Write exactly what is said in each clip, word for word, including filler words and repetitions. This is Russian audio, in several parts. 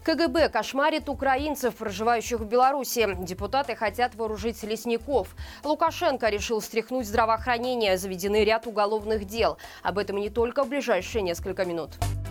ка гэ бэ кошмарит украинцев, проживающих в Беларуси. Депутаты хотят вооружить лесников. Лукашенко решил стряхнуть здравоохранение. Заведены ряд уголовных дел. Об этом и не только в ближайшие несколько минут.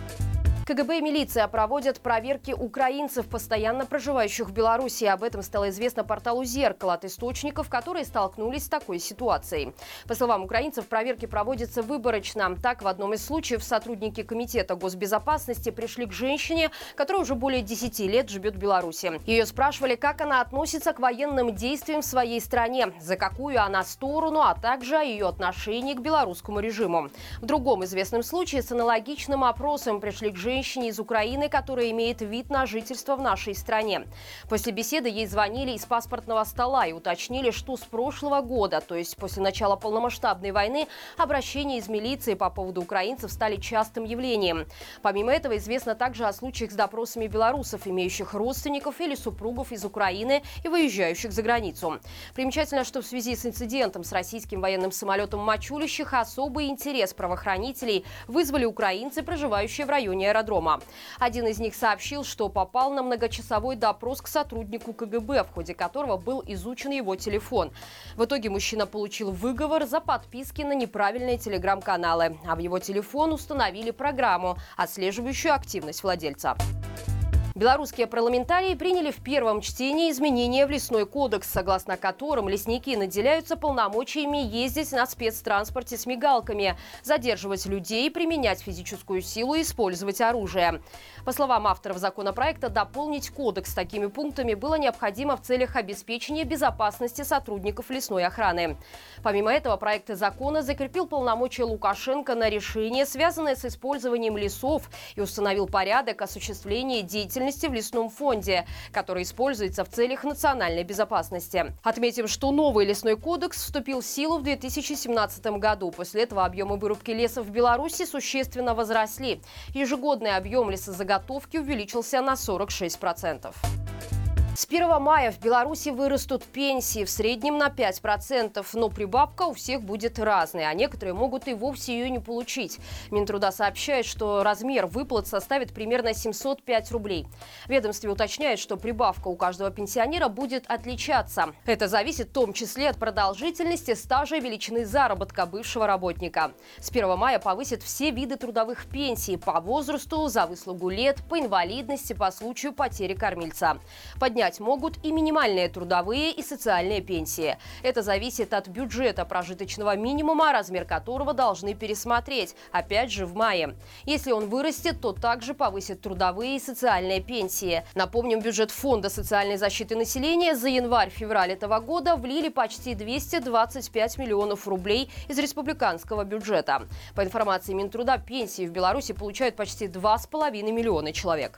ка гэ бэ и милиция проводят проверки украинцев, постоянно проживающих в Беларуси. Об этом стало известно порталу «Зеркало» от источников, которые столкнулись с такой ситуацией. По словам украинцев, проверки проводятся выборочно. Так, в одном из случаев сотрудники Комитета госбезопасности пришли к женщине, которая уже более десяти лет живет в Беларуси. Ее спрашивали, как она относится к военным действиям в своей стране, за какую она сторону, а также о ее отношении к белорусскому режиму. В другом известном случае с аналогичным опросом пришли к женщине, женщине из Украины, которая имеет вид на жительство в нашей стране. После беседы ей звонили из паспортного стола и уточнили, что с прошлого года, то есть после начала полномасштабной войны, обращения из милиции по поводу украинцев стали частым явлением. Помимо этого, известно также о случаях с допросами белорусов, имеющих родственников или супругов из Украины и выезжающих за границу. Примечательно, что в связи с инцидентом с российским военным самолетом «Мачулищих» особый интерес правоохранителей вызвали украинцы, проживающие в районе аэродрома. Один из них сообщил, что попал на многочасовой допрос к сотруднику ка гэ бэ, в ходе которого был изучен его телефон. В итоге мужчина получил выговор за подписки на неправильные телеграм-каналы, а в его телефон установили программу, отслеживающую активность владельца. Белорусские парламентарии приняли в первом чтении изменения в лесной кодекс, согласно которым лесники наделяются полномочиями ездить на спецтранспорте с мигалками, задерживать людей, применять физическую силу и использовать оружие. По словам авторов законопроекта, дополнить кодекс такими пунктами было необходимо в целях обеспечения безопасности сотрудников лесной охраны. Помимо этого, проект закона закрепил полномочия Лукашенко на решения, связанные с использованием лесов, и установил порядок осуществления деятельности в лесном фонде, который используется в целях национальной безопасности. Отметим, что новый лесной кодекс вступил в силу в две тысячи семнадцатом году. После этого объемы вырубки леса в Беларуси существенно возросли. Ежегодный объем лесозаготовки увеличился на сорок шесть процентов. С первого мая в Беларуси вырастут пенсии в среднем на пять процентов, но прибавка у всех будет разной, а некоторые могут и вовсе ее не получить. Минтруда сообщает, что размер выплат составит примерно семьсот пять рублей. Ведомство уточняет, что прибавка у каждого пенсионера будет отличаться. Это зависит в том числе от продолжительности стажа и величины заработка бывшего работника. С первого мая повысят все виды трудовых пенсий по возрасту, за выслугу лет, по инвалидности, по случаю потери кормильца. Поднять могут и минимальные трудовые и социальные пенсии. Это зависит от бюджета прожиточного минимума, размер которого должны пересмотреть, опять же в мае. Если он вырастет, то также повысят трудовые и социальные пенсии. Напомним, в бюджет Фонда социальной защиты населения за январь-февраль этого года влили почти двести двадцать пять миллионов рублей из республиканского бюджета. По информации Минтруда, пенсии в Беларуси получают почти два с половиной миллиона человек.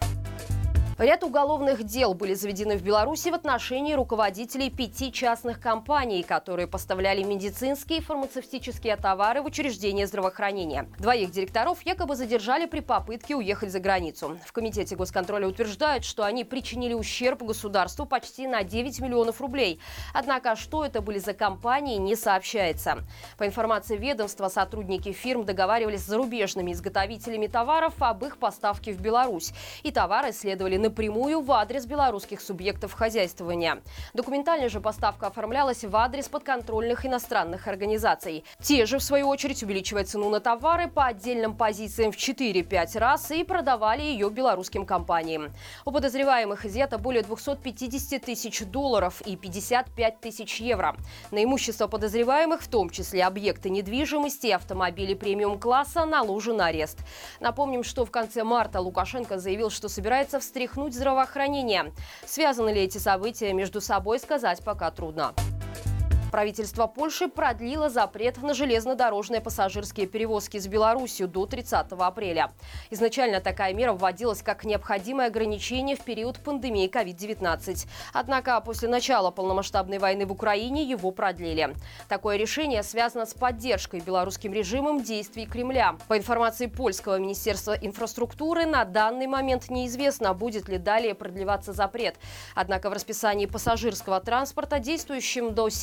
Ряд уголовных дел были заведены в Беларуси в отношении руководителей пяти частных компаний, которые поставляли медицинские и фармацевтические товары в учреждения здравоохранения. Двоих директоров якобы задержали при попытке уехать за границу. В Комитете госконтроля утверждают, что они причинили ущерб государству почти на девять миллионов рублей. Однако, что это были за компании, не сообщается. По информации ведомства, сотрудники фирм договаривались с зарубежными изготовителями товаров об их поставке в Беларусь. И товары следовали напрямую в адрес белорусских субъектов хозяйствования. Документально же поставка оформлялась в адрес подконтрольных иностранных организаций. Те же, в свою очередь, увеличивая цену на товары по отдельным позициям в четыре-пять раз и продавали ее белорусским компаниям. У подозреваемых изъято более двухсот пятидесяти тысяч долларов и пятьдесят пять тысяч евро. На имущество подозреваемых, в том числе объекты недвижимости и автомобили премиум-класса, наложен арест. Напомним, что в конце марта Лукашенко заявил, что собирается встряхнуть здравоохранение. Связаны ли эти события между собой, сказать пока трудно. Правительство Польши продлило запрет на железнодорожные пассажирские перевозки с Беларусью до тридцатого апреля. Изначально такая мера вводилась как необходимое ограничение в период пандемии ковид девятнадцать. Однако после начала полномасштабной войны в Украине его продлили. Такое решение связано с поддержкой белорусским режимом действий Кремля. По информации польского министерства инфраструктуры, на данный момент неизвестно, будет ли далее продлеваться запрет. Однако в расписании пассажирского транспорта, действующем до середины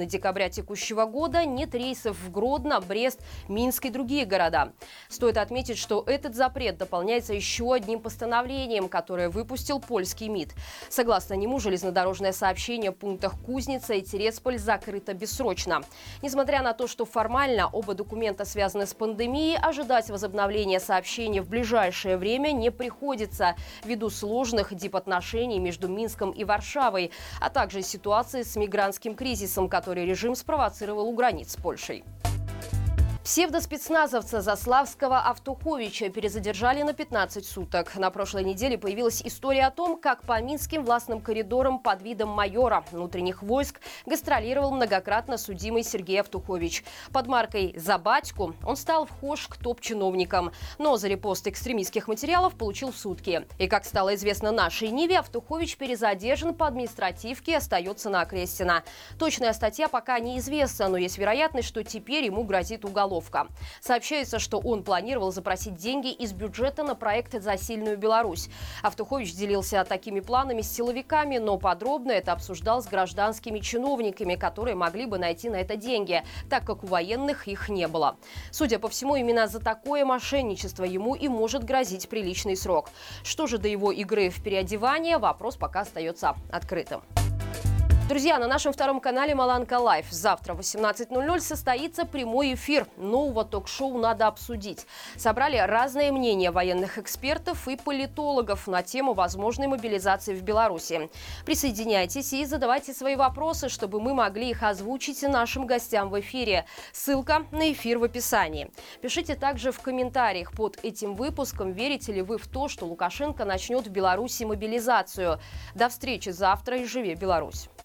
декабря текущего года нет рейсов в Гродно, Брест, Минск и другие города. Стоит отметить, что этот запрет дополняется еще одним постановлением, которое выпустил польский МИД. Согласно нему, железнодорожное сообщение в пунктах Кузница и Тересполь закрыто бессрочно. Несмотря на то, что формально оба документа связаны с пандемией, ожидать возобновления сообщения в ближайшее время не приходится ввиду сложных дипотношений между Минском и Варшавой, а также ситуации с мигрантским кризисом, который режим спровоцировал у границ с Польшей. Псевдоспецназовца Заславского Автуховича перезадержали на пятнадцать суток. На прошлой неделе появилась история о том, как по минским властным коридорам под видом майора внутренних войск гастролировал многократно судимый Сергей Автухович. Под маркой «За батьку» он стал вхож к топ-чиновникам, но за репост экстремистских материалов получил сутки. И, как стало известно нашей Ниве, Автухович перезадержан по административке и остается на Окрестина. Точная статья пока неизвестна, но есть вероятность, что теперь ему грозит уголовка. Сообщается, что он планировал запросить деньги из бюджета на проект «За сильную Беларусь». Автухович делился такими планами с силовиками, но подробно это обсуждал с гражданскими чиновниками, которые могли бы найти на это деньги, так как у военных их не было. Судя по всему, именно за такое мошенничество ему и может грозить приличный срок. Что же до его игры в переодевание, вопрос пока остается открытым. Друзья, на нашем втором канале Маланка Лайв завтра в восемнадцать ноль ноль состоится прямой эфир нового ток-шоу «Надо обсудить». Собрали разные мнения военных экспертов и политологов на тему возможной мобилизации в Беларуси. Присоединяйтесь и задавайте свои вопросы, чтобы мы могли их озвучить нашим гостям в эфире. Ссылка на эфир в описании. Пишите также в комментариях под этим выпуском, верите ли вы в то, что Лукашенко начнет в Беларуси мобилизацию. До встречи завтра и живи Беларусь!